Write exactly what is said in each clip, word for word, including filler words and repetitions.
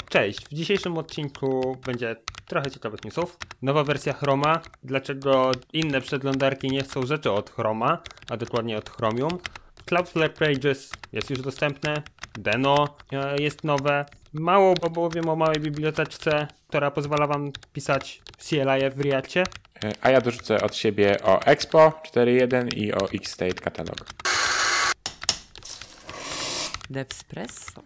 Cześć, w dzisiejszym odcinku będzie trochę ciekawych newsów. Nowa wersja Chroma, dlaczego inne przeglądarki nie chcą rzeczy od Chroma, a dokładnie od Chromium. Cloudflare Pages jest już dostępne, Deno jest nowe. Mało, bo powiem o małej biblioteczce, która pozwala wam pisać C L I w Reactie. A ja dorzucę od siebie o Expo cztery jeden i o Xstate Catalog. Devspresso.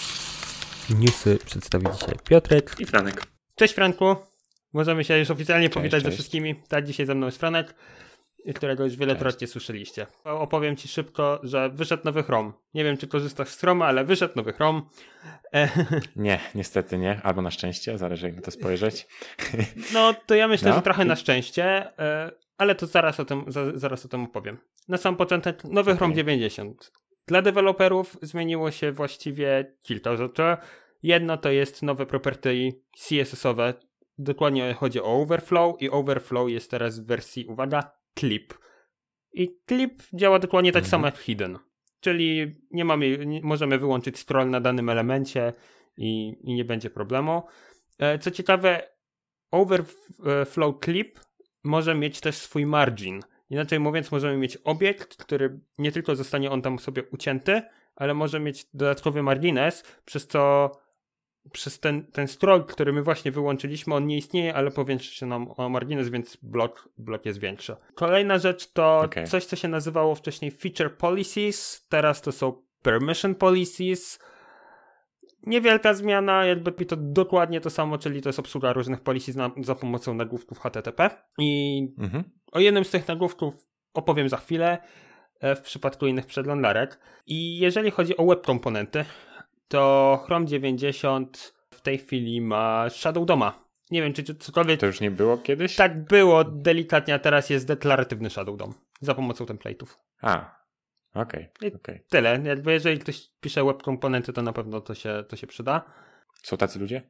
Newsy przedstawi dzisiaj Piotrek I Franek. Cześć Franku, możemy się już oficjalnie Cześć, powitać cześć. ze wszystkimi. Tak, dzisiaj ze mną jest Franek, którego już wielokrotnie słyszeliście. Opowiem ci szybko, że wyszedł nowy Chrome. Nie wiem, czy korzystasz z Chroma, ale wyszedł nowy Chrome. E- Nie, niestety nie. Albo na szczęście, zależy jak na to spojrzeć. No, to ja myślę, No. że trochę na szczęście, e, ale to zaraz o tym, za, zaraz o tym opowiem. Na sam początek nowy Chrome Okay. dziewięćdziesiąt. Dla deweloperów zmieniło się właściwie kilka rzeczy. Jedno to jest nowe property C S S-owe. Dokładnie chodzi o Overflow i Overflow jest teraz w wersji, uwaga, Clip. I Clip działa dokładnie tak Mhm. samo jak Hidden. Czyli nie mamy, nie, możemy wyłączyć scroll na danym elemencie i, i nie będzie problemu. E, co ciekawe, Overflow Clip może mieć też swój margin. Inaczej mówiąc, możemy mieć obiekt, który nie tylko zostanie on tam sobie ucięty, ale może mieć dodatkowy margines, przez co przez ten, ten scroll, który my właśnie wyłączyliśmy, on nie istnieje, ale powiększy się nam o margines, więc blok, blok jest większy. Kolejna rzecz to Okay. coś, co się nazywało wcześniej Feature Policies, teraz to są Permission Policies. Niewielka zmiana, jakby to dokładnie to samo, czyli to jest obsługa różnych policji za, za pomocą nagłówków H T T P. I Mhm. o jednym z tych nagłówków opowiem za chwilę e, w przypadku innych przeglądarek. I jeżeli chodzi o web komponenty, to Chrome dziewięćdziesiąt w tej chwili ma Shadow Doma. Nie wiem, czy czy cokolwiek... To już nie było kiedyś? Tak było delikatnie, a teraz jest deklaratywny Shadow Dom za pomocą template'ów. A, okej, I- okej. Tyle. Jakby jeżeli ktoś pisze web komponenty, to na pewno to się, to się przyda. Są tacy ludzie?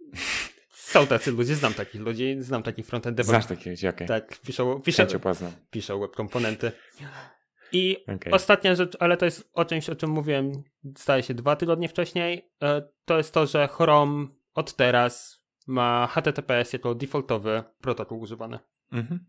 Są tacy ludzie, znam takich ludzi, znam takich frontend Znasz developers. takich ludzi, okej. Tak, piszą, piszą, Chęcią poznam. piszą web komponenty. I Okej. ostatnia rzecz, ale to jest o czymś, o czym mówiłem, zdaje się dwa tygodnie wcześniej, e, to jest to, że Chrome od teraz ma H T T P S jako defaultowy protokół używany. Mhm.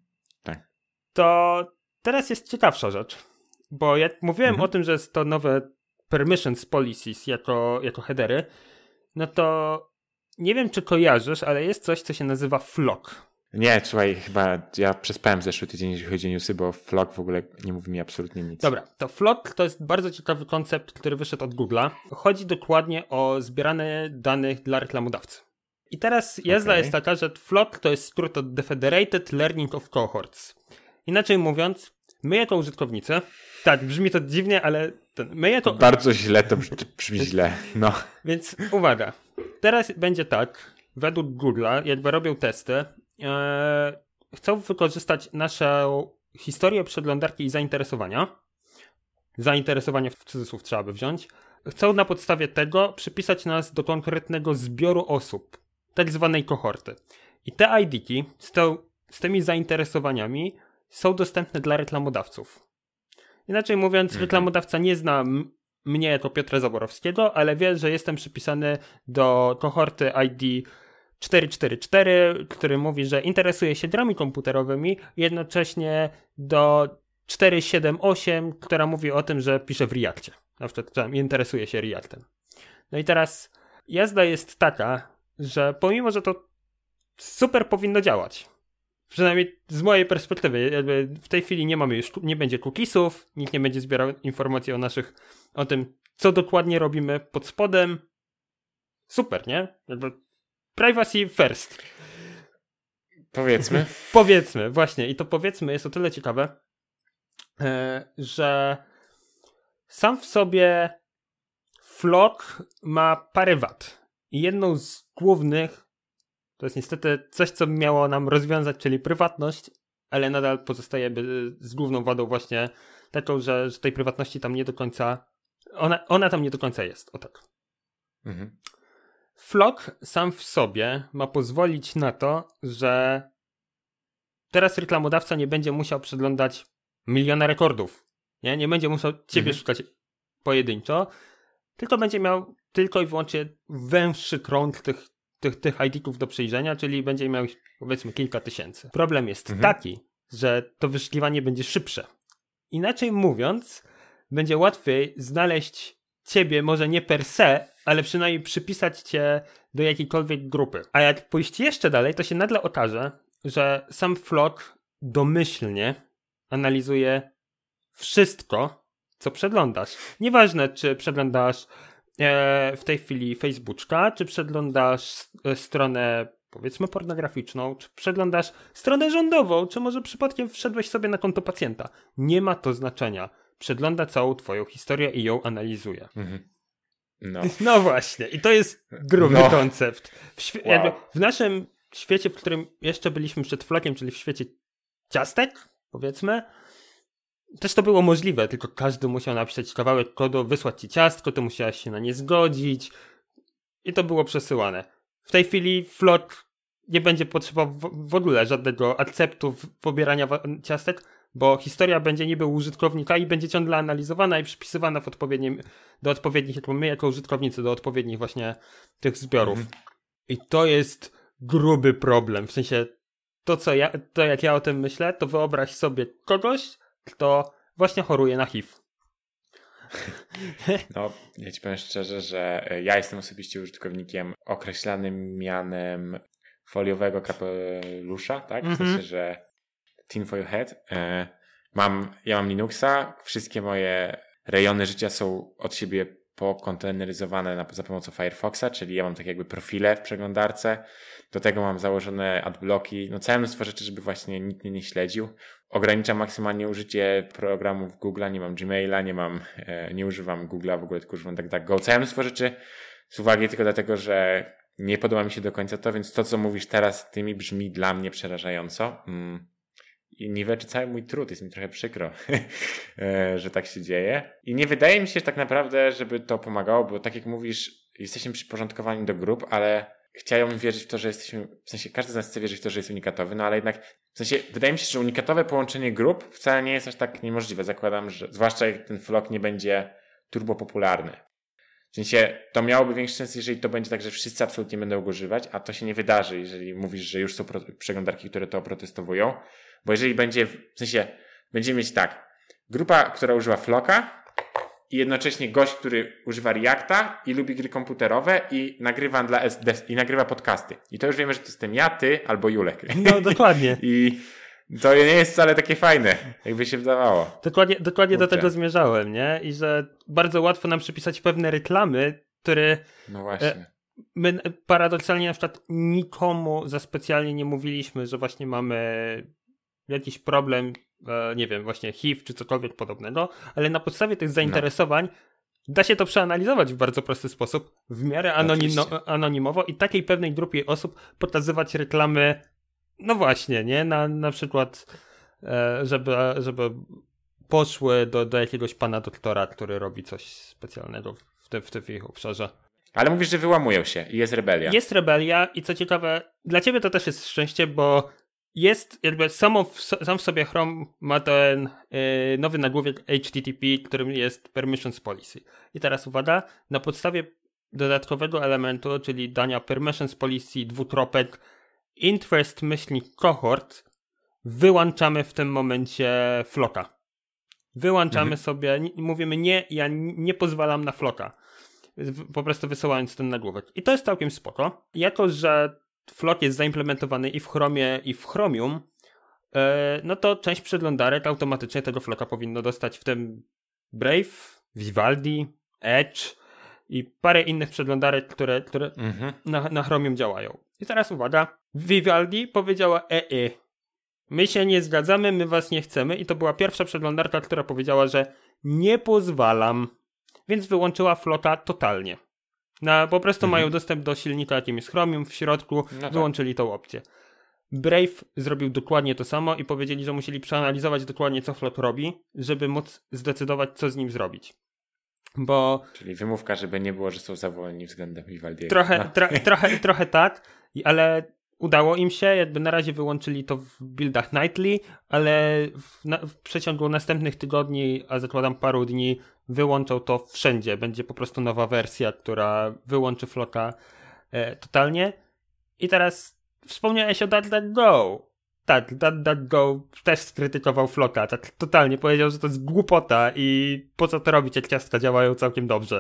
To teraz jest ciekawsza rzecz, bo jak mówiłem Mhm. o tym, że jest to nowe permissions policies jako, jako headery, no to nie wiem, czy kojarzysz, ale jest coś, co się nazywa flock. Nie, słuchaj, chyba ja przespałem zeszły tydzień, jeżeli chodzi o newsy, bo Flock w ogóle nie mówi mi absolutnie nic. Dobra, to flock to jest bardzo ciekawy koncept, który wyszedł od Google'a. Chodzi dokładnie o zbieranie danych dla reklamodawcy. I teraz jazda Okej. jest taka, że flock to jest skrót od Defederated Learning of Cohorts. Inaczej mówiąc, my jako użytkownicy, tak, brzmi to dziwnie, ale ten, my jako... Bardzo źle to brzmi, brzmi źle, no. Więc uwaga, teraz będzie tak, według Google'a, jakby robią testy, e, chcą wykorzystać naszą historię przeglądarki i zainteresowania. Zainteresowanie w cudzysłów trzeba by wziąć. Chcą na podstawie tego przypisać nas do konkretnego zbioru osób, tak zwanej kohorty. I te I D-ki z, tą, z tymi zainteresowaniami są dostępne dla reklamodawców. Inaczej mówiąc, Mhm. reklamodawca nie zna m- mnie jako Piotra Zaborowskiego, ale wie, że jestem przypisany do kohorty I D cztery cztery cztery, który mówi, że interesuje się grami komputerowymi, jednocześnie do cztery siedem osiem, która mówi o tym, że pisze w Reactie. Na przykład że interesuje się Reactem. No i teraz jazda jest taka, że pomimo, że to super powinno działać, przynajmniej z mojej perspektywy, jakby w tej chwili nie mamy już, nie będzie cookiesów, nikt nie będzie zbierał informacji o naszych, o tym, co dokładnie robimy pod spodem. Super, nie? Jakby privacy first. Powiedzmy. Powiedzmy, właśnie. I to powiedzmy jest o tyle ciekawe, e, że sam w sobie Flock ma parę wad. I jedną z głównych to jest niestety coś, co miało nam rozwiązać, czyli prywatność, ale nadal pozostaje by- z główną wadą właśnie taką, że, że tej prywatności tam nie do końca ona, ona tam nie do końca jest. O tak. Mhm. Flock sam w sobie ma pozwolić na to, że teraz reklamodawca nie będzie musiał przeglądać miliona rekordów. Nie, nie będzie musiał ciebie Mhm. szukać pojedynczo, tylko będzie miał tylko i wyłącznie węższy krąg tych, tych, tych I D-ków do przejrzenia, czyli będzie miał powiedzmy kilka tysięcy. Problem jest Mhm. taki, że to wyszukiwanie będzie szybsze. Inaczej mówiąc, będzie łatwiej znaleźć ciebie, może nie per se, ale przynajmniej przypisać cię do jakiejkolwiek grupy. A jak pójść jeszcze dalej, to się nagle okaże, że sam Flock domyślnie analizuje wszystko, co przeglądasz. Nieważne, czy przeglądasz e, w tej chwili Facebooka, czy przeglądasz e, stronę powiedzmy pornograficzną, czy przeglądasz stronę rządową, czy może przypadkiem wszedłeś sobie na konto pacjenta. Nie ma to znaczenia. Przegląda całą twoją historię i ją analizuje. Mhm. No. No właśnie. I to jest gruby No. koncept. W, świe- Wow. jakby w naszym świecie, w którym jeszcze byliśmy przed Flockiem, czyli w świecie ciastek, powiedzmy, też to było możliwe, tylko każdy musiał napisać kawałek kodu, wysłać ci ciastko, ty musiałeś się na nie zgodzić i to było przesyłane. W tej chwili Flock nie będzie potrzebował w, w ogóle żadnego akceptu w- pobierania wa- ciastek, bo historia będzie niby u użytkownika i będzie ciągle analizowana i przypisywana w odpowiednim, do odpowiednich, jak my jako użytkownicy, do odpowiednich właśnie tych zbiorów. Mhm. I to jest gruby problem, w sensie to, co ja, to jak ja o tym myślę, to wyobraź sobie kogoś, kto właśnie choruje na H I V. No, ja ci powiem szczerze, że ja jestem osobiście użytkownikiem określanym mianem foliowego kapelusza, tak? W Mhm. sensie, że tin for your head. E, mam, ja mam Linuxa, wszystkie moje rejony życia są od siebie pokonteneryzowane na, za pomocą Firefoxa, czyli ja mam tak jakby profile w przeglądarce. Do tego mam założone adblocki, no całe mnóstwo rzeczy, żeby właśnie nikt mnie nie śledził. Ograniczam maksymalnie użycie programów Google'a, nie mam Gmaila, nie mam, e, nie używam Google'a, w ogóle tylko używam DuckDuckGo. Całe mnóstwo rzeczy z uwagi tylko dlatego, że nie podoba mi się do końca to, więc to, co mówisz teraz, tymi brzmi dla mnie przerażająco. Mm. I niweczy cały mój trud, jest mi trochę przykro, e, że tak się dzieje. I nie wydaje mi się że tak naprawdę, żeby to pomagało, bo tak jak mówisz, jesteśmy przyporządkowani do grup, ale chciałem wierzyć w to, że jesteśmy, w sensie każdy z nas chce wierzyć w to, że jest unikatowy, no ale jednak, w sensie wydaje mi się, że unikatowe połączenie grup wcale nie jest aż tak niemożliwe. Zakładam, że zwłaszcza jak ten Flock nie będzie turbo popularny. W sensie to miałoby większy sens, jeżeli to będzie tak, że wszyscy absolutnie będą go używać, a to się nie wydarzy, jeżeli mówisz, że już są pro- przeglądarki, które to oprotestowują. Bo jeżeli będzie, w sensie będziemy mieć tak, grupa, która używa Flocka i jednocześnie gość, który używa Reacta i lubi gry komputerowe i nagrywa dla S D i nagrywa podcasty. I to już wiemy, że to jestem ja, ty albo Julek. No dokładnie. I to nie jest wcale takie fajne, jakby się wydawało. Dokładnie, dokładnie do Kurczę. tego zmierzałem, nie? I że bardzo łatwo nam przypisać pewne reklamy, które No właśnie. my paradoksalnie na przykład nikomu za specjalnie nie mówiliśmy, że właśnie mamy jakiś problem, e, nie wiem, właśnie H I V czy cokolwiek podobnego, ale na podstawie tych zainteresowań no. da się to przeanalizować w bardzo prosty sposób, w miarę anonim- no, anonimowo i takiej pewnej grupie osób pokazywać reklamy, no właśnie, nie? Na, na przykład, e, żeby, żeby poszły do, do jakiegoś pana doktora, który robi coś specjalnego w tym, w tym ich obszarze. Ale mówisz, że wyłamują się i jest rebelia. Jest rebelia i co ciekawe, dla ciebie to też jest szczęście, bo jest jakby samo w, sam w sobie Chrome ma ten yy, nowy nagłówek H T T P, którym jest Permissions Policy. I teraz uwaga, na podstawie dodatkowego elementu, czyli dania Permissions Policy dwutropek interest myślnik cohort, wyłączamy w tym momencie Flocka. Wyłączamy mhm. sobie, nie, mówimy nie, ja nie pozwalam na Flocka. Po prostu wysyłając ten nagłówek. I to jest całkiem spoko. Jako, że Flock jest zaimplementowany i w Chromie, i w Chromium, yy, no to część przeglądarek automatycznie tego Flocka powinno dostać, w tym Brave, Vivaldi, Edge i parę innych przeglądarek, które, które mhm. na, na Chromium działają. I teraz uwaga, Vivaldi powiedziała e, e. My się nie zgadzamy, my was nie chcemy i to była pierwsza przeglądarka, która powiedziała, że nie pozwalam, więc wyłączyła Flocka totalnie. Na, po prostu mhm. mają dostęp do silnika, jakim jest Chromium, w środku no tak. wyłączyli tą opcję. Brave zrobił dokładnie to samo i powiedzieli, że musieli przeanalizować dokładnie, co Flock robi, żeby móc zdecydować, co z nim zrobić. Bo... Czyli wymówka, żeby nie było, że są zawolni względem Vivaldiego. Trochę, no. tro, trochę, trochę tak, ale udało im się, jakby na razie wyłączyli to w buildach nightly, ale w, na, w przeciągu następnych tygodni, a zakładam paru dni, wyłączą to wszędzie. Będzie po prostu nowa wersja, która wyłączy Flocka e, totalnie. I teraz wspomniałeś o DuckDuckGo. Tak, DuckDuckGo też skrytykował Flocka. Tak totalnie powiedział, że to jest głupota i po co to robić, jak ciastka działają całkiem dobrze.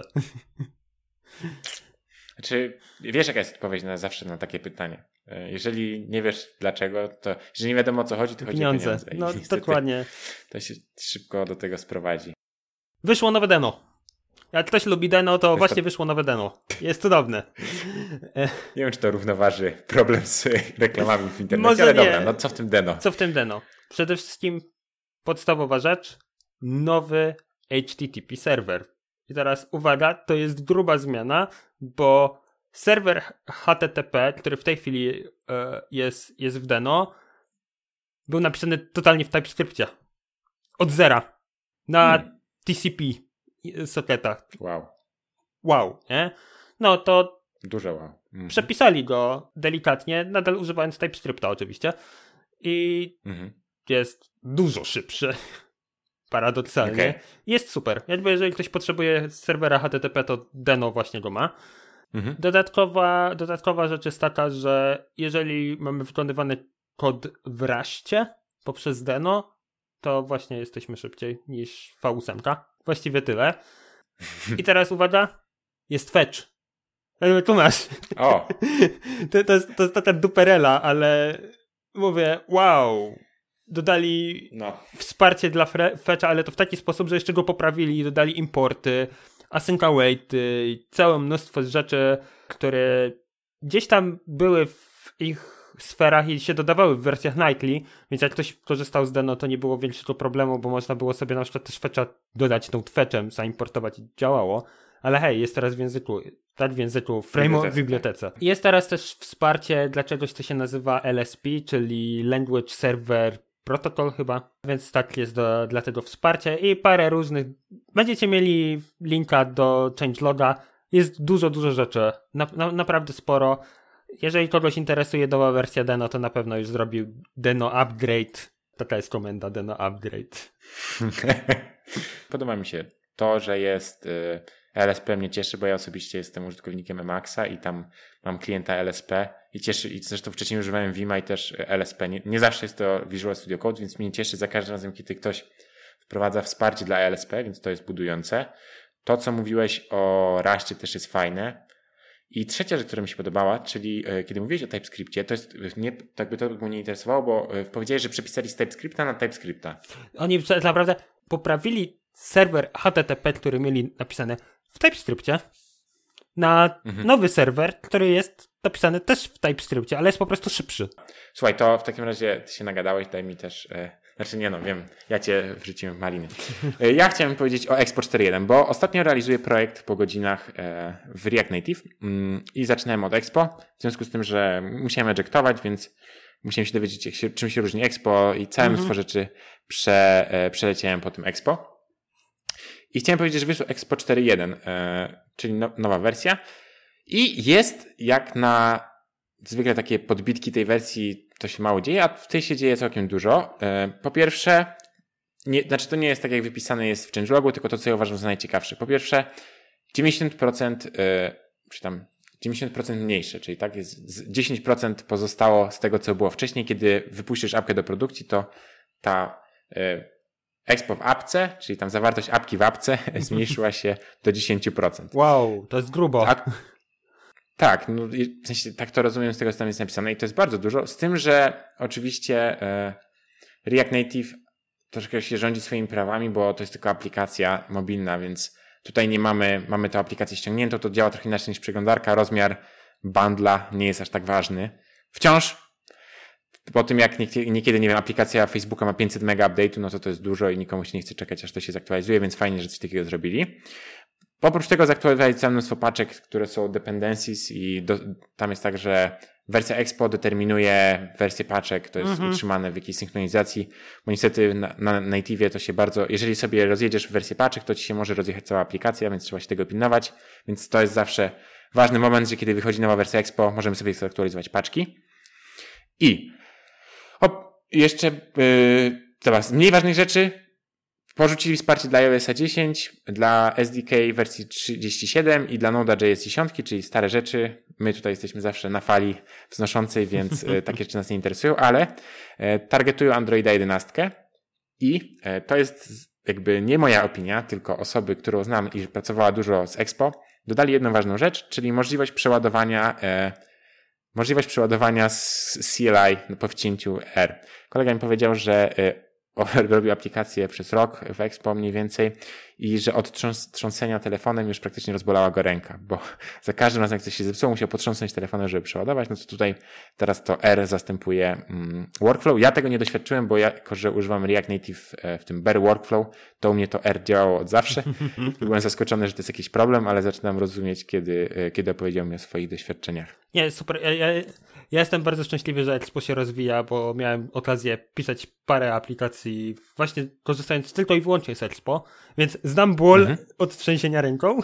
Znaczy, wiesz jaka jest odpowiedź na zawsze na takie pytanie. Jeżeli nie wiesz dlaczego, to jeżeli nie wiadomo o co chodzi, to pieniądze. chodzi o pieniądze. No dokładnie. To się szybko do tego sprowadzi. Wyszło nowe demo. Jak ktoś lubi demo, to właśnie wyszło nowe demo. Jest cudowne. Nie wiem, czy to równoważy problem z reklamami w internecie, Może ale nie. dobra, no co w tym demo? Co w tym demo? Przede wszystkim podstawowa rzecz, nowy H T T P serwer. I teraz uwaga, to jest gruba zmiana, bo serwer H T T P, który w tej chwili e, jest, jest w demo, był napisany totalnie w TypeScriptie. Od zera. Na hmm. T C P socketach. Wow. Wow, nie? No to duże wow. Mhm. Przepisali go delikatnie, nadal używając TypeScripta oczywiście. I mhm. jest dużo szybszy. Paradoksalnie. Okay. Jest super. Jakby jeżeli ktoś potrzebuje serwera H T T P, to Deno właśnie go ma. Mhm. Dodatkowa, dodatkowa rzecz jest taka, że jeżeli mamy wykonywany kod w Rushcie poprzez Deno, to właśnie jesteśmy szybciej niż V osiem. Właściwie tyle. I teraz uwaga, jest fetch. Tu masz. O. to, to, jest, to jest taka duperela, ale mówię, wow. Dodali no. wsparcie dla fre- fetcha, ale to w taki sposób, że jeszcze go poprawili, dodali importy, async awaity i całe mnóstwo rzeczy, które gdzieś tam były w ich sferach i się dodawały w wersjach nightly, więc jak ktoś korzystał z Deno, to nie było większego problemu, bo można było sobie na przykład też fetcha dodać tą fetchem, zaimportować i działało. Ale hej, jest teraz w języku, tak w języku framework w bibliotece. Jest teraz też wsparcie dla czegoś, co się nazywa L S P, czyli Language Server Protocol chyba, więc tak jest do, dla tego wsparcia i parę różnych, będziecie mieli linka do changeloga, jest dużo, dużo rzeczy, na, na, naprawdę sporo. Jeżeli kogoś interesuje nowa wersja Deno, to na pewno już zrobił Deno Upgrade, taka jest komenda, Deno Upgrade. Podoba mi się to, że jest y, L S P mnie cieszy, bo ja osobiście jestem użytkownikiem Emaxa i tam mam klienta L S P i cieszy, i zresztą wcześniej używałem Vima i też L S P. Nie, nie zawsze jest to Visual Studio Code, więc mnie cieszy za każdym razem, kiedy ktoś wprowadza wsparcie dla L S P, więc to jest budujące. To, co mówiłeś o Rushcie, też jest fajne. I trzecia rzecz, która mi się podobała, czyli y, kiedy mówiłeś o TypeScriptie, to jest, nie, tak by to by mnie interesowało, bo y, powiedziałeś, że przepisali z TypeScripta na TypeScripta. Oni tak naprawdę poprawili serwer H T T P, który mieli napisane w TypeScriptie, na mhm. nowy serwer, który jest napisany też w TypeScriptie, ale jest po prostu szybszy. Słuchaj, to w takim razie ty się nagadałeś, daj mi też... E... Znaczy nie no, wiem, ja cię wrzuciłem w maliny. Ja chciałem powiedzieć o Expo cztery jeden, bo ostatnio realizuję projekt po godzinach w React Native i zaczynałem od Expo, w związku z tym, że musiałem ejectować, więc musiałem się dowiedzieć, jak się, czym się różni Expo i całe mnóstwo mhm. rzeczy prze, przeleciałem po tym Expo. I chciałem powiedzieć, że wyszło Expo cztery jeden, czyli no, nowa wersja i jest jak na zwykle takie podbitki tej wersji, to się mało dzieje, a w tej się dzieje całkiem dużo. Po pierwsze, nie, znaczy to nie jest tak jak wypisane jest w changelogu, tylko to, co ja uważam za najciekawsze. Po pierwsze, dziewięćdziesiąt procent, czy tam dziewięćdziesiąt procent mniejsze, czyli tak jest dziesięć procent pozostało z tego, co było wcześniej. Kiedy wypuścisz apkę do produkcji, to ta expo w apce, czyli tam zawartość apki w apce zmniejszyła się do dziesięć procent. Wow, to jest grubo. Tak, tak, no, w sensie, tak to rozumiem z tego, co tam jest napisane i to jest bardzo dużo, z tym, że oczywiście e, React Native troszkę się rządzi swoimi prawami, bo to jest tylko aplikacja mobilna, więc tutaj nie mamy, mamy tę aplikację ściągniętą, to działa trochę inaczej niż przeglądarka, rozmiar bundla nie jest aż tak ważny. Wciąż po tym, jak niekiedy, niekiedy, nie wiem, aplikacja Facebooka ma pięćset mega update'u, no to to jest dużo i nikomu się nie chce czekać, aż to się zaktualizuje, więc fajnie, że coś takiego zrobili. Oprócz tego zaktualizowali całe mnóstwo paczek, które są dependencies i do, tam jest tak, że wersja Expo determinuje wersję paczek, to jest mm-hmm. utrzymane w jakiejś synchronizacji, bo niestety na, na native'ie to się bardzo, jeżeli sobie rozjedziesz wersję paczek, to ci się może rozjechać cała aplikacja, więc trzeba się tego pilnować, więc to jest zawsze ważny moment, że kiedy wychodzi nowa wersja Expo, możemy sobie zaktualizować paczki. I o, jeszcze yy, teraz mniej ważnych rzeczy, Porzucili wsparcie dla iOS dziesięć, dla S D K wersji trzydzieści siedem i dla Node.js dziesięć, czyli stare rzeczy. My tutaj jesteśmy zawsze na fali wznoszącej, więc takie rzeczy nas nie interesują, ale targetują Androida jedenaście i to jest jakby nie moja opinia, tylko osoby, którą znam i pracowała dużo z Expo, dodali jedną ważną rzecz, czyli możliwość przeładowania e, możliwość przeładowania z C L I po wcięciu R. Kolega mi powiedział, że e, robił aplikację przez rok w Expo mniej więcej i że od trząs- trząsenia telefonem już praktycznie rozbolała go ręka, bo za każdym razem jak coś się zepsuło, musiał potrząsnąć telefonem, żeby przeładować, no to tutaj teraz to R zastępuje mm, workflow. Ja tego nie doświadczyłem, bo ja, jako że używam React Native e, w tym Bear Workflow, to u mnie to R działało od zawsze. Byłem zaskoczony, że to jest jakiś problem, ale zaczynam rozumieć, kiedy, e, kiedy opowiedział mi o swoich doświadczeniach. Nie, super. Ja, ja, ja jestem bardzo szczęśliwy, że Expo się rozwija, bo miałem okazję pisać parę aplikacji właśnie korzystając tylko i wyłącznie z Expo, więc znam ból mhm. od trzęsienia ręką.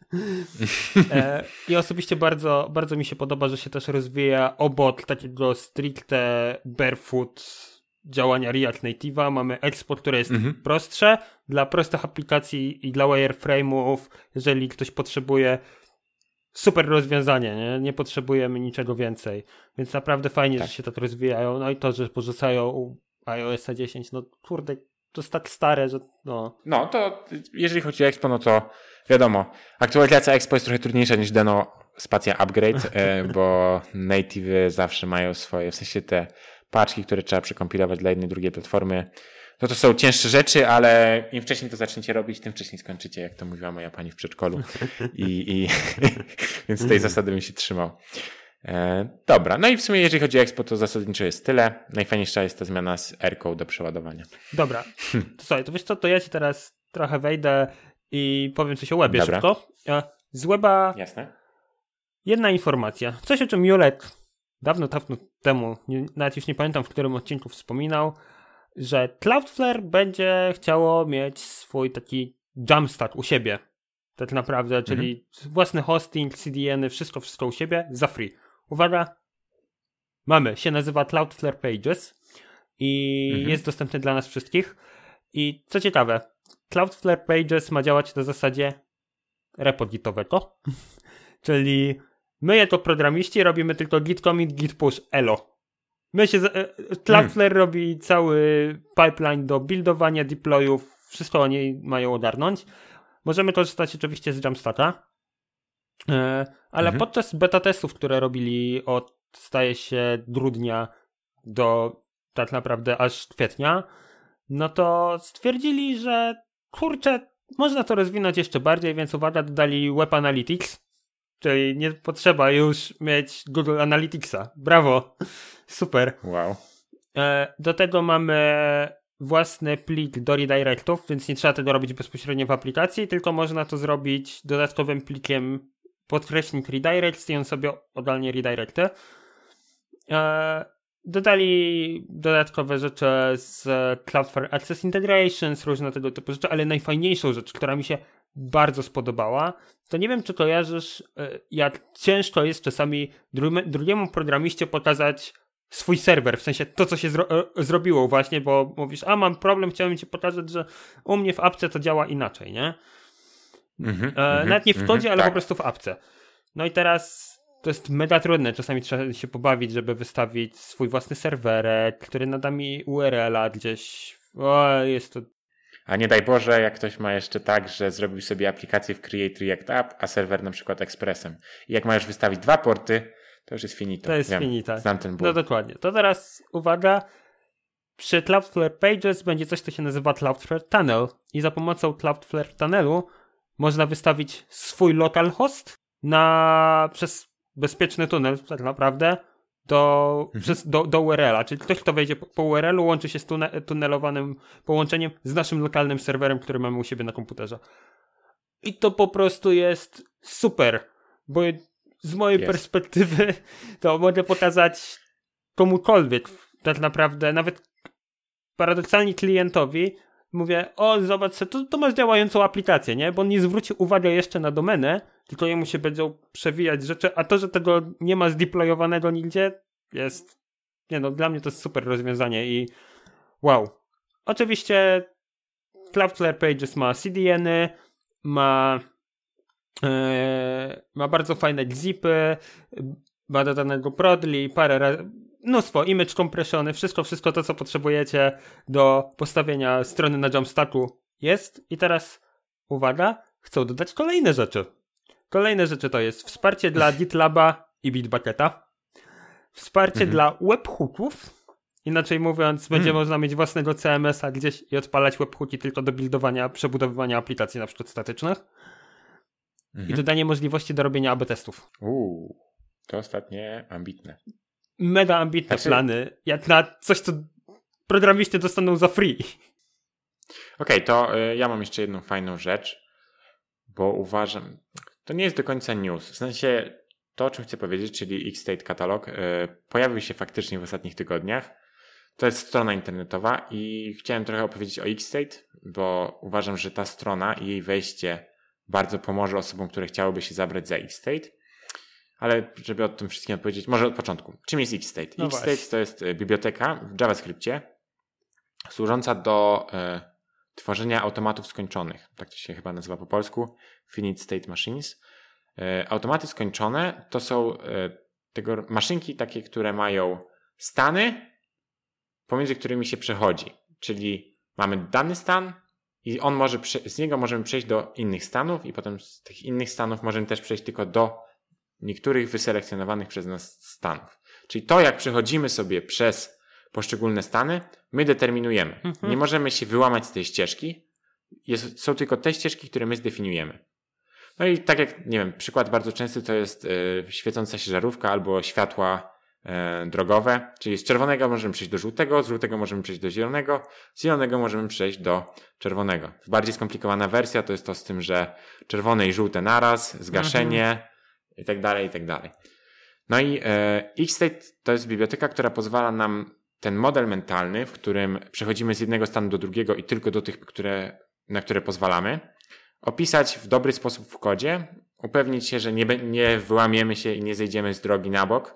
e, I osobiście bardzo, bardzo mi się podoba, że się też rozwija obok takiego stricte barefoot działania React Native'a. Mamy Expo, które jest mhm. prostsze dla prostych aplikacji i dla wireframe'ów, jeżeli ktoś potrzebuje super rozwiązanie, nie? Nie potrzebujemy niczego więcej. Więc naprawdę fajnie, tak. że się tak rozwijają. No i to, że porzucają iOS dziesięć, no kurde, to jest tak stare, że no. No to jeżeli chodzi o Expo, no to wiadomo, aktualizacja Expo jest trochę trudniejsza niż Deno spacja upgrade, bo native zawsze mają swoje, w sensie te paczki, które trzeba przekompilować dla jednej, drugiej platformy. No to są cięższe rzeczy, ale im wcześniej to zaczniecie robić, tym wcześniej skończycie, jak to mówiła moja pani w przedszkolu. I, i więc tej zasady bym się trzymał. E, dobra, no i w sumie jeżeli chodzi o Expo, to zasadniczo jest tyle. Najfajniejsza jest ta zmiana z R-ką do przeładowania. Dobra, to słuchaj, to wiesz co, to ja ci teraz trochę wejdę i powiem coś o webie Dobra. szybko. Z weba Jasne. Jedna informacja. Coś, o czym Julek dawno, dawno temu, nie, nawet już nie pamiętam, w którym odcinku wspominał, że Cloudflare będzie chciało mieć swój taki Jamstack u siebie. Tak naprawdę, czyli mhm. własny hosting, C D N-y, wszystko, wszystko u siebie za free. Uwaga, mamy, się nazywa Cloudflare Pages i mhm. jest dostępny dla nas wszystkich. I co ciekawe, Cloudflare Pages ma działać na zasadzie repo gitowego, czyli my jako programiści robimy tylko git commit, git push, elo. My się, Cloudflare hmm. robi cały pipeline do buildowania, deployów, wszystko oni mają ogarnąć. Możemy korzystać oczywiście z Jamstacka, ale mhm. podczas beta testów, które robili od, staje się, grudnia do tak naprawdę aż kwietnia, no to stwierdzili, że kurczę, można to rozwinąć jeszcze bardziej, więc uwaga, dodali Web Analytics, czyli nie potrzeba już mieć Google Analyticsa. Brawo, super. Wow. Do tego mamy własny plik do redirectów, więc nie trzeba tego robić bezpośrednio w aplikacji, tylko można to zrobić dodatkowym plikiem podkreśnik redirects i on sobie oddalnie redirecty. Dodali dodatkowe rzeczy z Cloudflare Access Integrations, różne tego typu rzeczy, ale najfajniejszą rzecz, która mi się bardzo spodobała, to nie wiem, czy kojarzysz, jak ciężko jest czasami dru- drugiemu programiście pokazać swój serwer, w sensie to, co się zro- zrobiło właśnie, bo mówisz, a mam problem, chciałem ci pokazać, że u mnie w apce to działa inaczej, nie? Mm-hmm, e, nawet nie w kodzie, mm-hmm, ale tak. po prostu w apce. No i teraz to jest mega trudne, czasami trzeba się pobawić, żeby wystawić swój własny serwerek, który nada mi U R L-a gdzieś, o, jest to... A nie daj Boże, jak ktoś ma jeszcze tak, że zrobił sobie aplikację w Create React App, a serwer na przykład Expressem. I jak masz wystawić dwa porty, to już jest finito. To jest Wiem, finita. Znam ten ból. No dokładnie. To teraz uwaga, przy Cloudflare Pages będzie coś, co się nazywa Cloudflare Tunnel i za pomocą Cloudflare Tunnelu można wystawić swój localhost na, przez bezpieczny tunel tak naprawdę do, mhm. przez, do, do U R L-a, czyli ktoś, kto wejdzie po, po U R L-u, łączy się z tune, tunelowanym połączeniem z naszym lokalnym serwerem, który mamy u siebie na komputerze. I to po prostu jest super, bo z mojej yes. perspektywy to mogę pokazać komukolwiek tak naprawdę, nawet paradoksalnie klientowi, mówię, o zobacz, to, to masz działającą aplikację, nie? Bo on nie zwróci uwagi jeszcze na domenę, tylko jemu się będą przewijać rzeczy, a to, że tego nie ma zdeployowanego nigdzie, jest, nie no, dla mnie to jest super rozwiązanie i wow. Oczywiście Cloudflare Pages ma C D N-y, ma, e, ma bardzo fajne zipy, ma dodanego Prodly, parę razy, mnóstwo, image compressiony, wszystko, wszystko to, co potrzebujecie do postawienia strony na Jumpstacku jest. I teraz, uwaga, chcą dodać kolejne rzeczy. Kolejne rzeczy to jest wsparcie dla GitLaba i Bitbucketa, wsparcie mhm. dla webhooków, inaczej mówiąc, będzie hmm. można mieć własnego C M S-a gdzieś i odpalać webhooki tylko do buildowania, przebudowywania aplikacji na przykład statycznych mhm. i dodanie możliwości do robienia A B testów. Uuu, to ostatnie ambitne. Mega ambitne znaczy... plany, jak na coś, co programiści dostaną za free. Okej, okay, to y, ja mam jeszcze jedną fajną rzecz, bo uważam, to nie jest do końca news, w sensie to, o czym chcę powiedzieć, czyli Xstate Catalog, y, pojawił się faktycznie w ostatnich tygodniach. To jest strona internetowa i chciałem trochę opowiedzieć o Xstate, bo uważam, że ta strona i jej wejście bardzo pomoże osobom, które chciałyby się zabrać za Xstate. Ale żeby o tym wszystkim odpowiedzieć, może od początku. Czym jest Xstate? No Xstate właśnie. To jest biblioteka w JavaScriptie służąca do e, tworzenia automatów skończonych. Tak to się chyba nazywa po polsku. Finite State Machines. E, automaty skończone to są e, tego maszynki takie, które mają stany, pomiędzy którymi się przechodzi. Czyli mamy dany stan i on może prze- z niego możemy przejść do innych stanów i potem z tych innych stanów możemy też przejść tylko do niektórych wyselekcjonowanych przez nas stanów. Czyli to, jak przechodzimy sobie przez poszczególne stany, my determinujemy. Mhm. Nie możemy się wyłamać z tej ścieżki. Jest, są tylko te ścieżki, które my zdefiniujemy. No i tak jak, nie wiem, przykład bardzo częsty to jest yy, świecąca się żarówka albo światła yy, drogowe. Czyli z czerwonego możemy przejść do żółtego, z żółtego możemy przejść do zielonego, z zielonego możemy przejść do czerwonego. Bardziej skomplikowana wersja to jest to z tym, że czerwone i żółte naraz, zgaszenie, mhm. i tak dalej, i tak dalej. No i e, Xstate to jest biblioteka, która pozwala nam ten model mentalny, w którym przechodzimy z jednego stanu do drugiego i tylko do tych, które, na które pozwalamy, opisać w dobry sposób w kodzie, upewnić się, że nie, nie wyłamiemy się i nie zejdziemy z drogi na bok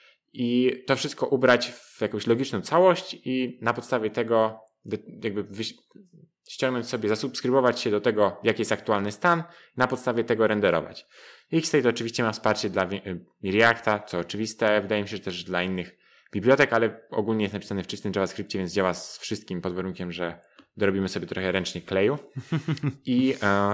i to wszystko ubrać w jakąś logiczną całość i na podstawie tego jakby wyś- ściągnąć sobie, zasubskrybować się do tego, jaki jest aktualny stan, na podstawie tego renderować. Xstate oczywiście ma wsparcie dla Reacta, co oczywiste, wydaje mi się, że też dla innych bibliotek, ale ogólnie jest napisane w czystym JavaScriptie, więc działa z wszystkim pod warunkiem, że dorobimy sobie trochę ręcznie kleju. I, e,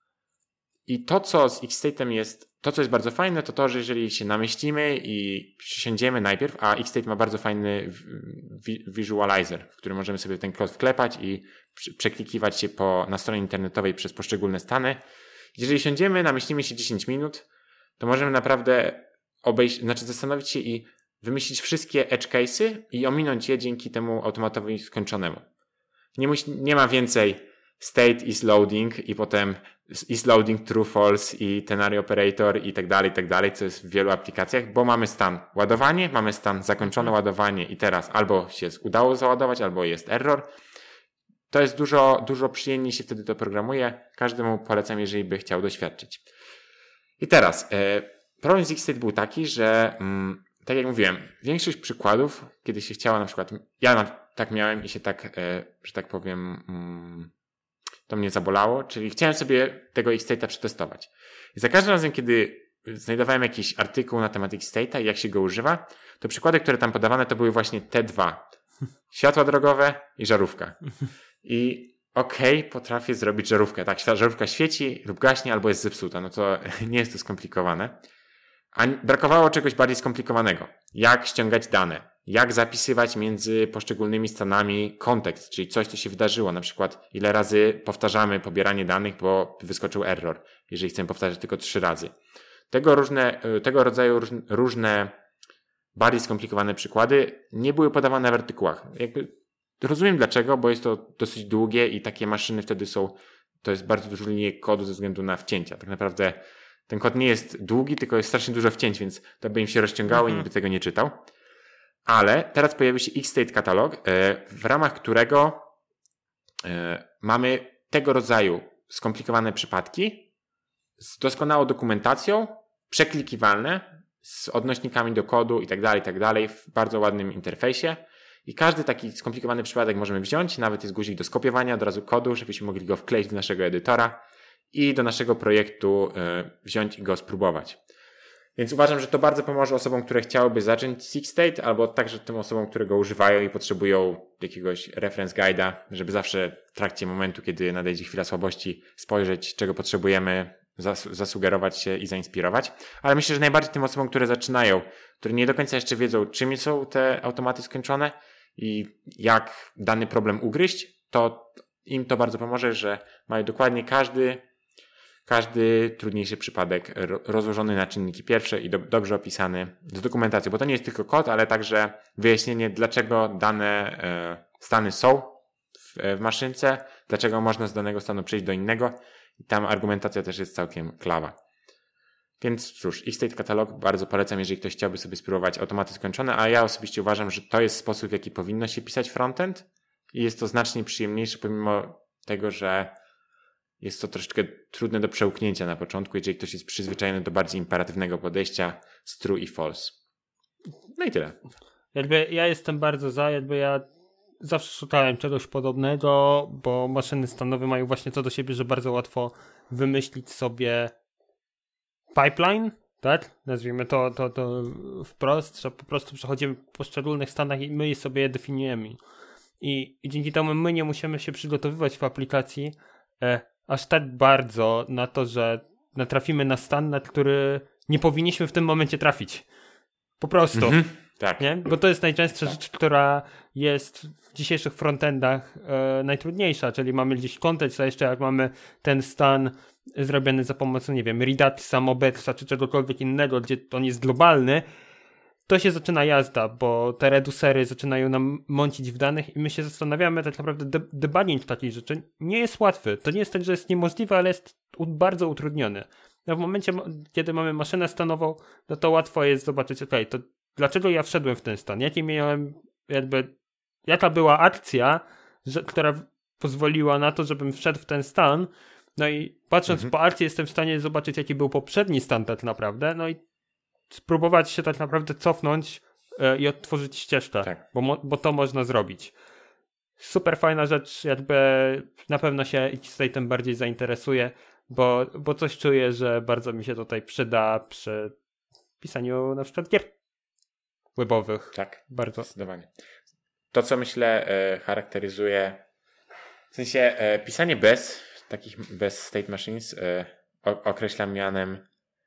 i to, co z Xstate'em jest, to, co jest bardzo fajne, to to, że jeżeli się namyślimy i przysiądziemy najpierw, a Xstate ma bardzo fajny visualizer, w którym możemy sobie ten kod wklepać i przeklikiwać się po, na stronie internetowej przez poszczególne stany. Jeżeli siądziemy, namyślimy się dziesięć minut, to możemy naprawdę obejść, znaczy zastanowić się i wymyślić wszystkie edge case'y i ominąć je dzięki temu automatowi skończonemu. Nie, musi, nie ma więcej state is loading i potem is loading true false i ternary operator i tak dalej, i tak dalej, co jest w wielu aplikacjach, bo mamy stan ładowanie, mamy stan zakończone ładowanie i teraz albo się udało załadować, albo jest error. To jest dużo, dużo przyjemniej się wtedy to programuje. Każdemu polecam, jeżeli by chciał doświadczyć. I teraz, e, problem z Xstate był taki, że mm, tak jak mówiłem, większość przykładów, kiedy się chciało na przykład, ja na, tak miałem i się tak, e, że tak powiem, mm, to mnie zabolało, czyli chciałem sobie tego Xstate'a przetestować. I za każdym razem, kiedy znajdowałem jakiś artykuł na temat Xstate'a i jak się go używa, to przykłady, które tam podawane, to były właśnie te dwa. Światła drogowe i żarówka. I okej, okay, potrafię zrobić żarówkę. Tak, żarówka świeci lub gaśnie, albo jest zepsuta. No to nie jest to skomplikowane. A brakowało czegoś bardziej skomplikowanego. Jak ściągać dane? Jak zapisywać między poszczególnymi stanami kontekst, czyli coś, co się wydarzyło. Na przykład ile razy powtarzamy pobieranie danych, bo wyskoczył error, jeżeli chcemy powtarzać tylko trzy razy. Tego, różne, tego rodzaju różne bardziej skomplikowane przykłady nie były podawane w artykułach. Jakby rozumiem dlaczego, bo jest to dosyć długie i takie maszyny wtedy są, to jest bardzo dużo linijek kodu ze względu na wcięcia. Tak naprawdę ten kod nie jest długi, tylko jest strasznie dużo wcięć, więc to by im się rozciągało mhm. i nikt by tego nie czytał. Ale teraz pojawił się Xstate Catalog, w ramach którego mamy tego rodzaju skomplikowane przypadki z doskonałą dokumentacją, przeklikiwalne, z odnośnikami do kodu i tak dalej, i tak dalej, w bardzo ładnym interfejsie. I każdy taki skomplikowany przypadek możemy wziąć, nawet jest guzik do skopiowania od razu kodu, żebyśmy mogli go wkleić do naszego edytora i do naszego projektu y, wziąć i go spróbować. Więc uważam, że to bardzo pomoże osobom, które chciałyby zacząć SigState, albo także tym osobom, które go używają i potrzebują jakiegoś reference guide'a, żeby zawsze w trakcie momentu, kiedy nadejdzie chwila słabości, spojrzeć, czego potrzebujemy, zas- zasugerować się i zainspirować. Ale myślę, że najbardziej tym osobom, które zaczynają, które nie do końca jeszcze wiedzą, czym są te automaty skończone i jak dany problem ugryźć, to im to bardzo pomoże, że mają dokładnie każdy Każdy trudniejszy przypadek rozłożony na czynniki pierwsze i do, dobrze opisany z dokumentacją, bo to nie jest tylko kod, ale także wyjaśnienie, dlaczego dane e, stany są w, w maszynce, dlaczego można z danego stanu przejść do innego i tam argumentacja też jest całkiem klawa. Więc cóż, XState Catalog bardzo polecam, jeżeli ktoś chciałby sobie spróbować automaty skończone, a ja osobiście uważam, że to jest sposób, w jaki powinno się pisać frontend i jest to znacznie przyjemniejsze, pomimo tego, że jest to troszeczkę trudne do przełknięcia na początku, jeżeli ktoś jest przyzwyczajony do bardziej imperatywnego podejścia z true i false. No i tyle. Jakby ja jestem bardzo za, jakby ja zawsze szukałem czegoś podobnego, bo maszyny stanowe mają właśnie to do siebie, że bardzo łatwo wymyślić sobie pipeline, tak? Nazwijmy to, to, to wprost, że po prostu przechodzimy po poszczególnych stanach i my je sobie definiujemy. I, i dzięki temu my nie musimy się przygotowywać w aplikacji e, aż tak bardzo na to, że natrafimy na stan, na który nie powinniśmy w tym momencie trafić. Po prostu. Mhm, tak. Nie? Bo to jest najczęstsza tak. rzecz, która jest w dzisiejszych frontendach e, najtrudniejsza, czyli mamy gdzieś kontekst, a jeszcze jak mamy ten stan zrobiony za pomocą, nie wiem, Reduxa, Mobexa czy czegokolwiek innego, gdzie on jest globalny, to się zaczyna jazda, bo te reducery zaczynają nam mącić w danych i my się zastanawiamy, tak naprawdę de- debugging takiej rzeczy nie jest łatwy. To nie jest tak, że jest niemożliwe, ale jest u- bardzo utrudniony. No w momencie, kiedy mamy maszynę stanową, no to łatwo jest zobaczyć, okej, to dlaczego ja wszedłem w ten stan? Jaki miałem, jakby, jaka była akcja, że, która pozwoliła na to, żebym wszedł w ten stan? No i patrząc mhm. po akcji jestem w stanie zobaczyć, jaki był poprzedni stan tak naprawdę, no i spróbować się tak naprawdę cofnąć yy, i odtworzyć ścieżkę, tak. bo, mo- bo to można zrobić. Super fajna rzecz, jakby na pewno się XState tym bardziej zainteresuje, bo, bo coś czuję, że bardzo mi się tutaj przyda przy pisaniu na przykład gier webowych. Tak, bardzo. Zdecydowanie. To, co myślę e, charakteryzuje, w sensie e, pisanie bez takich, bez state machines e, o, określam mianem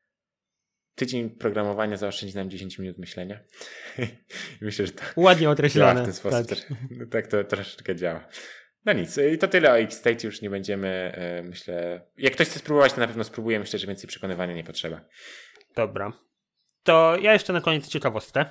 tydzień programowania zaoszczędzi nam dziesięć minut myślenia. Myślę, że to ładnie określone. W ten sposób. Tak. Tak, tak to troszeczkę działa. No nic, i to tyle o XState, już nie będziemy, myślę, jak ktoś chce spróbować, to na pewno spróbuje, myślę, że więcej przekonywania nie potrzeba. Dobra. To ja jeszcze na koniec ciekawostkę.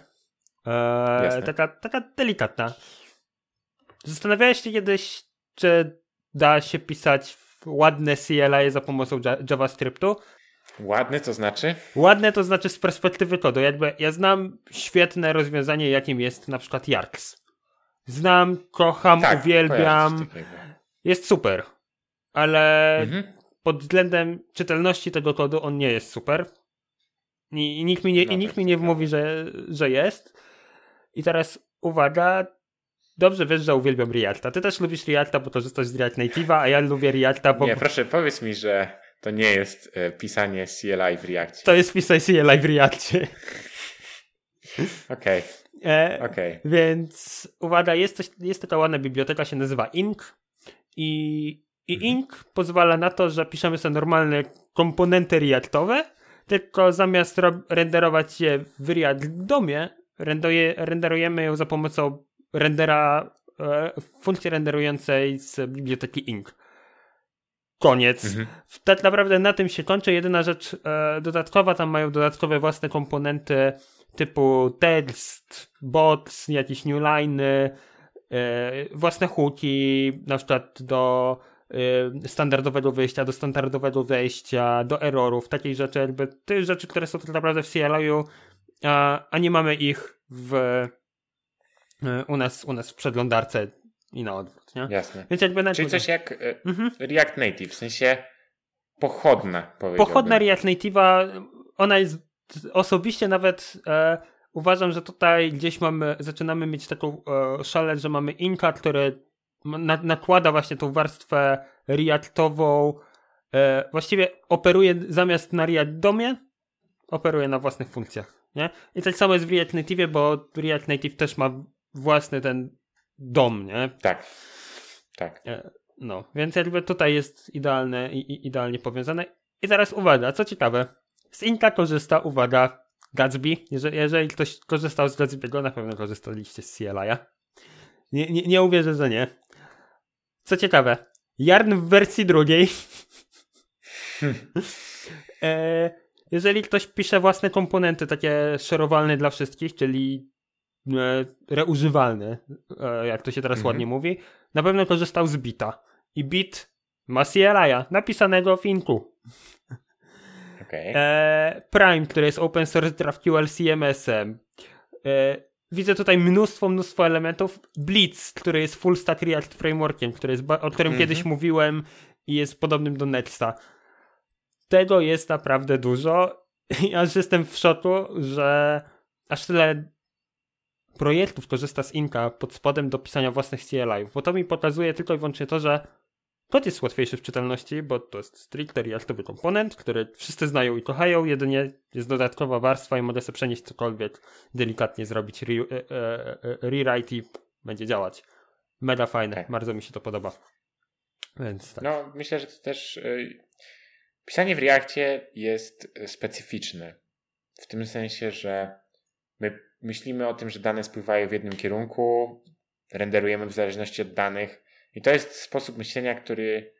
Eee, taka, taka delikatna. Zastanawiałeś się kiedyś, czy da się pisać ładne C L I za pomocą JavaScriptu? Ładny to znaczy? Ładne to znaczy z perspektywy kodu. Jakby ja znam świetne rozwiązanie, jakim jest na przykład Yarks. Znam, kocham, tak, uwielbiam. Jest super. Ale mhm. pod względem czytelności tego kodu on nie jest super. I, i nikt mi nie, no, i nikt mi nie wmówi, że, że jest. I teraz uwaga, dobrze wiesz, że uwielbiam Reacta. Ty też lubisz Reacta, bo korzystasz z React Native'a, a ja lubię Reacta, bo... Nie, proszę, powiedz mi, że to nie jest e, pisanie C L I w Reactie. To jest pisanie C L I w Reactie. Okej. Okay. Okay. Więc uwaga, jest, coś, jest taka ładna biblioteka, się nazywa Ink. I, i mhm. Ink pozwala na to, że piszemy sobie normalne komponenty Reactowe, tylko zamiast ro- renderować je w React domie, renduje, renderujemy ją za pomocą rendera, e, funkcji renderującej z biblioteki Ink. Koniec. Mhm. Tak naprawdę na tym się kończy. Jedyna rzecz e, dodatkowa, tam mają dodatkowe własne komponenty typu tekst, box, jakieś newline'y, e, własne hooki, na przykład do e, standardowego wyjścia, do standardowego wejścia, do errorów, takich rzeczy, jakby te rzeczy, które są tak naprawdę w C L I-u, a, a nie mamy ich w e, u nas, u nas w przeglądarce i na odwrót, nie? Jasne. Więc jakby na Czyli coś jak e, mhm. React Native, w sensie pochodna, powiedziałbym. Pochodna React Native'a, ona jest osobiście nawet e, uważam, że tutaj gdzieś mamy, zaczynamy mieć taką e, szalę, że mamy Inka, który na, nakłada właśnie tą warstwę reactową, e, właściwie operuje zamiast na React domie, operuje na własnych funkcjach, nie? I tak samo jest w React Native, bo React Native też ma własny ten dom, nie? Tak, tak. E, no, więc jakby tutaj jest idealne i, i idealnie powiązane. I teraz uwaga, co ciekawe, z Inka korzysta, uwaga, Gatsby. Jeżeli, jeżeli ktoś korzystał z Gatsby'ego, na pewno korzystaliście z C L I-a. Nie, nie, nie uwierzę, że nie. Co ciekawe, Yarn w wersji drugiej. e, jeżeli ktoś pisze własne komponenty, takie szerowalne dla wszystkich, czyli e, reużywalne, e, jak to się teraz mhm. ładnie mówi, na pewno korzystał z Bita. I Bit ma C L I-a napisanego w Inku. Okay. E, Prime, który jest open source GraphQL C M S-em. E, widzę tutaj mnóstwo, mnóstwo elementów. Blitz, który jest full stack React frameworkiem, który jest, o którym mm-hmm. kiedyś mówiłem i jest podobnym do Nexta. Tego jest naprawdę dużo. I aż jestem w szoku, że aż tyle projektów korzysta z Inka pod spodem do pisania własnych C L I-ów, bo to mi pokazuje tylko i wyłącznie to, że kod jest łatwiejszy w czytelności, bo to jest stricte reactowy komponent, który wszyscy znają i kochają, jedynie jest dodatkowa warstwa i mogę sobie przenieść cokolwiek, delikatnie zrobić re, e, e, rewrite i będzie działać. Mega fajne, tak. Bardzo mi się to podoba. Więc tak. No, myślę, że to też y, pisanie w Reakcie jest specyficzne. W tym sensie, że my myślimy o tym, że dane spływają w jednym kierunku, renderujemy w zależności od danych. I to jest sposób myślenia, który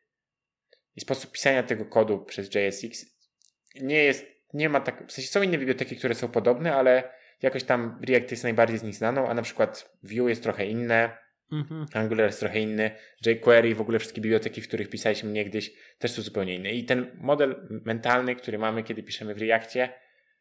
i sposób pisania tego kodu przez J S X nie jest, nie ma tak, w sensie są inne biblioteki, które są podobne, ale jakoś tam React jest najbardziej z nich znaną, a na przykład Vue jest trochę inne, mm-hmm. Angular jest trochę inny, jQuery, w ogóle wszystkie biblioteki, w których pisaliśmy niegdyś, też są zupełnie inne. I ten model mentalny, który mamy, kiedy piszemy w Reakcie,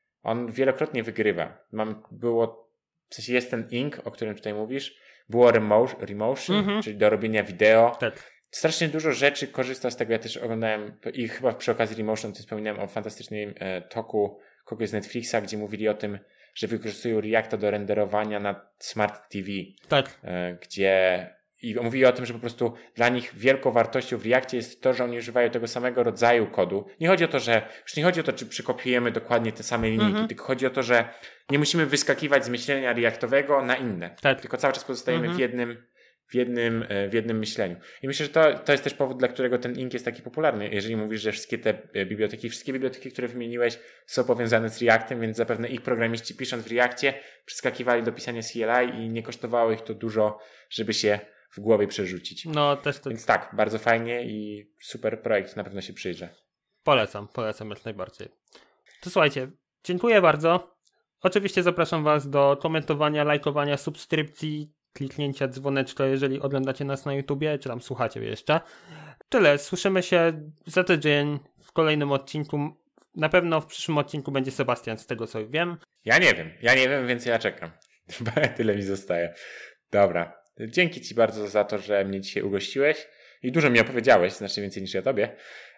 on wielokrotnie wygrywa. Mam, było, w sensie jest ten ink, o którym tutaj mówisz, było Remotion, remotion mm-hmm. czyli do robienia wideo. Tak. Strasznie dużo rzeczy korzysta z tego. Ja też oglądałem i chyba przy okazji Remotion to wspominałem o fantastycznym e, toku kogoś z Netflixa, gdzie mówili o tym, że wykorzystują Reacta do renderowania na Smart T V. Tak. E, gdzie i mówili o tym, że po prostu dla nich wielką wartością w Reactie jest to, że oni używają tego samego rodzaju kodu. Nie chodzi o to, że już nie chodzi o to, czy przykopiujemy dokładnie te same linijki, mm-hmm. tylko chodzi o to, że nie musimy wyskakiwać z myślenia reactowego na inne. Tak. Tylko cały czas pozostajemy mm-hmm. w jednym w jednym, w jednym myśleniu. I myślę, że to, to jest też powód, dla którego ten Ink jest taki popularny. Jeżeli mówisz, że wszystkie te biblioteki, wszystkie biblioteki, które wymieniłeś, są powiązane z Reactem, więc zapewne ich programiści pisząc w Reactie przeskakiwali do pisania C L I i nie kosztowało ich to dużo, żeby się w głowie przerzucić. No też to... Więc tak, bardzo fajnie i super projekt, na pewno się przyjrzy. Polecam, polecam jak najbardziej. To słuchajcie, dziękuję bardzo. Oczywiście zapraszam Was do komentowania, lajkowania, subskrypcji, kliknięcia dzwoneczka, jeżeli oglądacie nas na YouTubie, czy tam słuchacie jeszcze. Tyle, słyszymy się za tydzień w kolejnym odcinku. Na pewno w przyszłym odcinku będzie Sebastian, z tego co wiem. Ja nie wiem, ja nie wiem, więc ja czekam. Tyle mi zostaje. Dobra, dzięki Ci bardzo za to, że mnie dzisiaj ugościłeś i dużo mi opowiedziałeś, znacznie więcej niż ja Tobie.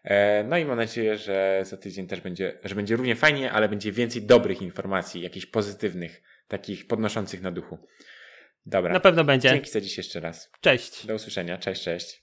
No i mam nadzieję, że za tydzień też będzie, że będzie równie fajnie, ale będzie więcej dobrych informacji, jakichś pozytywnych, takich podnoszących na duchu. Dobra. Na pewno będzie. Dzięki za dziś jeszcze raz. Cześć. Do usłyszenia. Cześć, cześć.